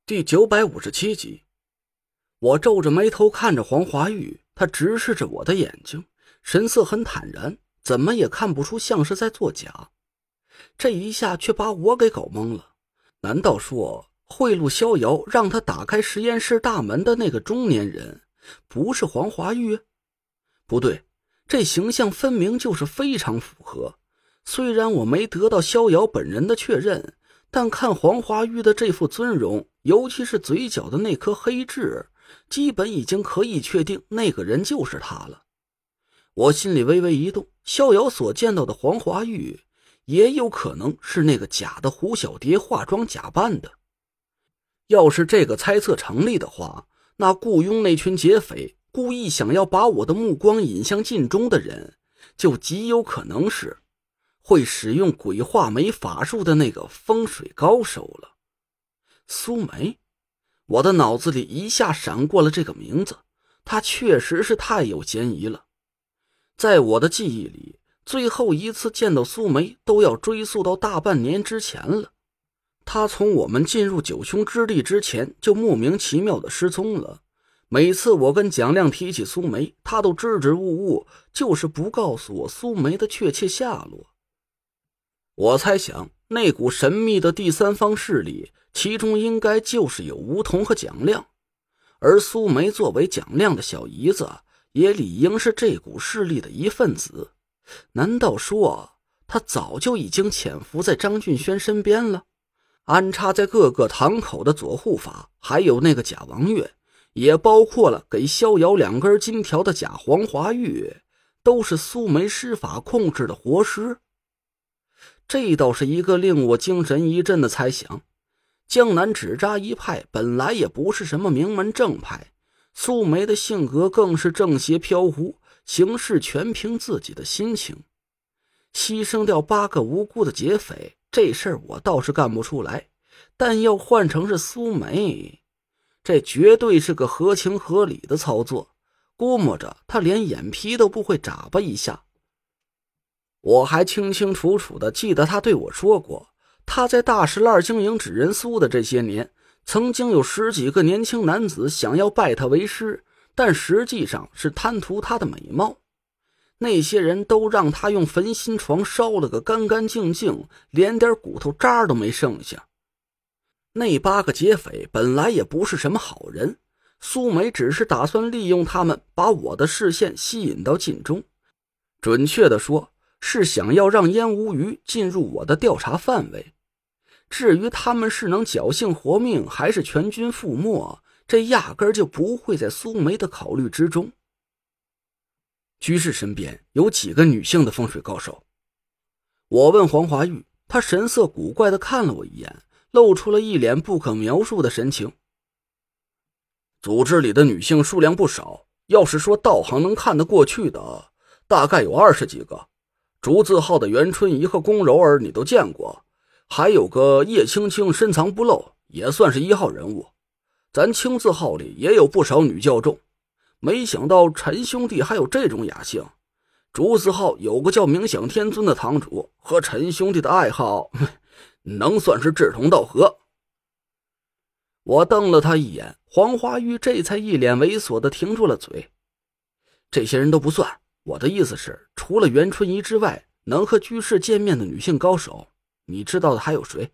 第957集。我皱着眉头看着黄华玉，他直视着我的眼睛，神色很坦然，怎么也看不出像是在作假。这一下却把我给搞懵了。难道说贿赂逍遥让他打开实验室大门的那个中年人不是黄华玉？不对，这形象分明就是非常符合。虽然我没得到逍遥本人的确认，但看黄华玉的这副尊容，尤其是嘴角的那颗黑痣，基本已经可以确定那个人就是他了。我心里微微一动，逍遥所见到的黄华玉也有可能是那个假的胡小蝶化妆假扮的。要是这个猜测成立的话，那雇佣那群劫匪故意想要把我的目光引向镜中的人，就极有可能是会使用鬼画眉法术的那个风水高手了。苏梅，我的脑子里一下闪过了这个名字，她确实是太有嫌疑了。在我的记忆里，最后一次见到苏梅都要追溯到大半年之前了。她从我们进入九凶之地之前就莫名其妙的失踪了。每次我跟蒋亮提起苏梅，她都支支吾吾，就是不告诉我苏梅的确切下落。我猜想那股神秘的第三方势力，其中应该就是有吴桐和蒋亮，而苏梅作为蒋亮的小姨子，也理应是这股势力的一份子。难道说她早就已经潜伏在张俊轩身边了？安插在各个堂口的左护法，还有那个假王月，也包括了给逍遥2根金条的假黄华玉，都是苏梅施法控制的活尸。这倒是一个令我精神一振的猜想。江南纸扎一派本来也不是什么名门正派，苏梅的性格更是正邪飘忽，行事全凭自己的心情。牺牲掉8个无辜的劫匪，这事儿我倒是干不出来，但要换成是苏梅，这绝对是个合情合理的操作。估摸着他连眼皮都不会眨巴一下。我还清清楚楚地记得他对我说过，他在大石烂经营纸人酥的这些年，曾经有10几个年轻男子想要拜他为师，但实际上是贪图他的美貌。那些人都让他用焚心床烧了个干干净净，连点骨头渣都没剩下。那8个劫匪本来也不是什么好人，苏梅只是打算利用他们把我的视线吸引到镜中，准确地说是想要让燕无虞进入我的调查范围。至于他们是能侥幸活命还是全军覆没，这压根儿就不会在苏梅的考虑之中。居士身边有几个女性的风水高手？我问黄华玉，他神色古怪地看了我一眼，露出了一脸不可描述的神情。组织里的女性数量不少，要是说道行能看得过去的，大概有20几个。竹字号的袁春怡和龚柔儿你都见过，还有个叶青青深藏不露，也算是1号人物。咱青字号里也有不少女教众，没想到陈兄弟还有这种雅兴。竹字号有个叫冥想天尊的堂主，和陈兄弟的爱好能算是志同道合。我瞪了他一眼，黄华玉这才一脸猥琐地停住了嘴。这些人都不算，我的意思是，除了袁春怡之外，能和居士见面的女性高手，你知道的还有谁？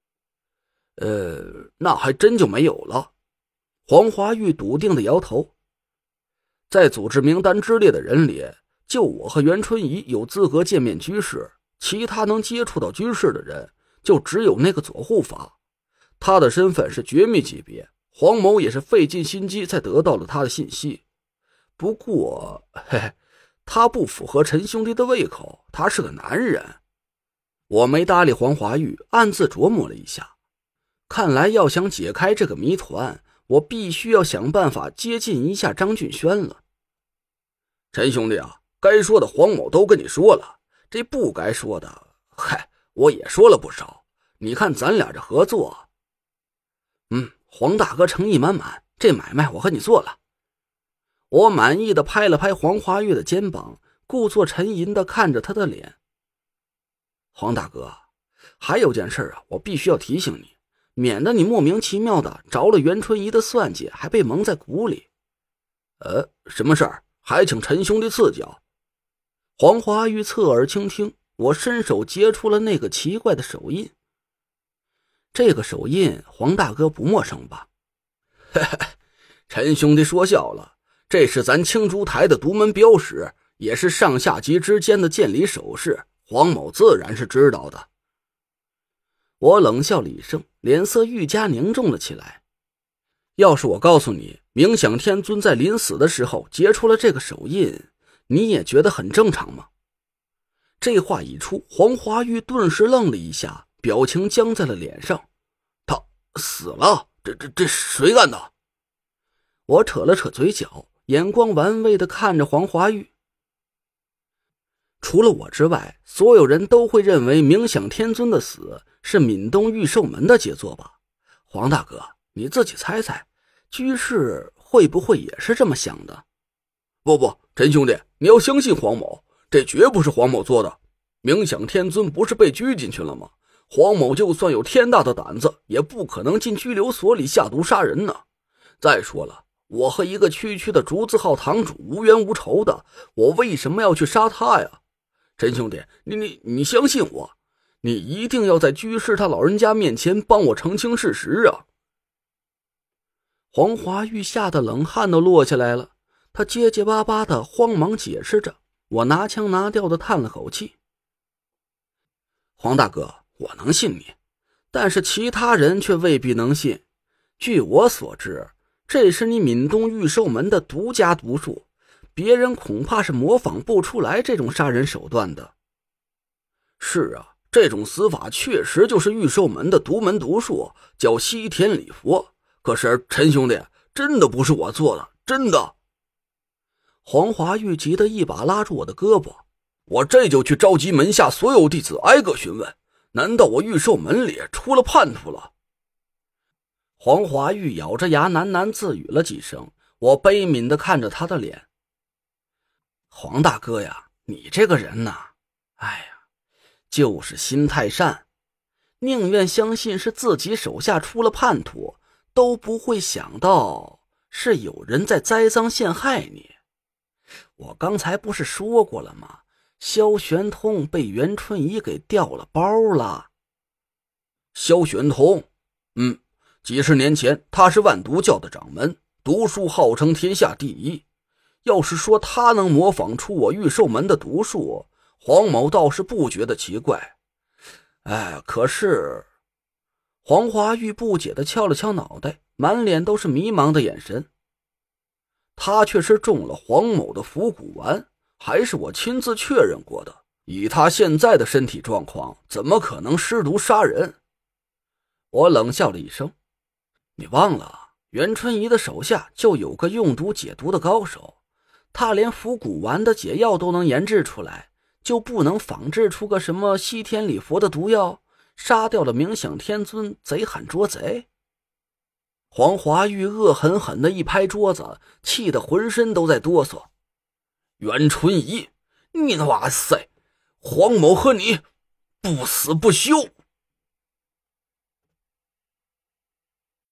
那还真就没有了。黄华玉笃定地摇头。在组织名单之列的人里，就我和袁春怡有资格见面居士，其他能接触到居士的人，就只有那个左护法。他的身份是绝密级别，黄某也是费尽心机才得到了他的信息。不过，他不符合陈兄弟的胃口，他是个男人。我没搭理黄华玉，暗自琢磨了一下。看来要想解开这个谜团，我必须要想办法接近一下张俊轩了。陈兄弟啊，该说的黄某都跟你说了，这不该说的，我也说了不少。你看咱俩这合作，黄大哥诚意满满，这买卖我和你做了。我满意的拍了拍黄华玉的肩膀，故作沉吟的看着他的脸。黄大哥，还有件事啊，我必须要提醒你， 免得你莫名其妙的着了袁春怡的算计，还被蒙在鼓里。 什么事儿？还请陈兄弟赐教。 黄华玉侧耳倾听，我伸手截出了那个奇怪的手印。这个手印黄大哥不陌生吧？ 陈兄弟说笑了，这是咱青竹台的独门标识，也是上下级之间的见礼手势，黄某自然是知道的。 我冷笑了一声，脸色愈加凝重了起来。要是我告诉你，冥想天尊在临死的时候结出了这个手印，你也觉得很正常吗？这话一出，黄华玉顿时愣了一下，表情僵在了脸上。 他死了？这谁干的？ 我扯了扯嘴角，眼光玩味地看着黄华玉。除了我之外，所有人都会认为冥想天尊的死是闽东御寿门的杰作吧？黄大哥，你自己猜猜，居士会不会也是这么想的？ 不，陈兄弟，你要相信黄某，这绝不是黄某做的。冥想天尊不是被拘进去了吗？黄某就算有天大的胆子，也不可能进拘留所里下毒杀人呢。再说了，我和一个区区的竹字号堂主无冤无仇的，我为什么要去杀他呀？陈兄弟，你相信我，你一定要在居士他老人家面前帮我澄清事实啊！ 黄华玉吓得冷汗都落下来了，他结结巴巴的慌忙解释着，我拿腔拿调的叹了口气。黄大哥，我能信你，但是其他人却未必能信。据我所知，这是你闽东御寿门的独家毒术，别人恐怕是模仿不出来这种杀人手段的。 是啊，这种死法确实就是御寿门的独门毒术，叫西天礼佛。可是陈兄弟，真的不是我做的，真的。 黄华玉急得一把拉住我的胳膊， 我这就去召集门下所有弟子挨个询问，难道我御寿门里出了叛徒了？ 黄华玉咬着牙喃喃自语了几声，我悲悯地看着他的脸。黄大哥呀，你这个人呐，哎呀，就是心太善，宁愿相信是自己手下出了叛徒，都不会想到是有人在栽赃陷害你。我刚才不是说过了吗？萧玄通被袁春怡给调了包了。 萧玄通，几十年前他是万毒教的掌门，毒术号称天下第一。要是说他能模仿出我御寿门的毒术，黄某倒是不觉得奇怪。可是黄华玉不解地敲了敲脑袋，满脸都是迷茫的眼神。 他却是中了黄某的伏骨丸，还是我亲自确认过的。以他现在的身体状况，怎么可能施毒杀人？ 我冷笑了一声，你忘了袁春怡的手下就有个用毒解毒的高手，他连伏骨丸的解药都能研制出来，就不能仿制出个什么西天礼佛的毒药，杀掉了冥想天尊，贼喊捉贼？黄华玉恶狠狠地一拍桌子，气得浑身都在哆嗦。 袁春怡，你哇塞，黄某和你不死不休！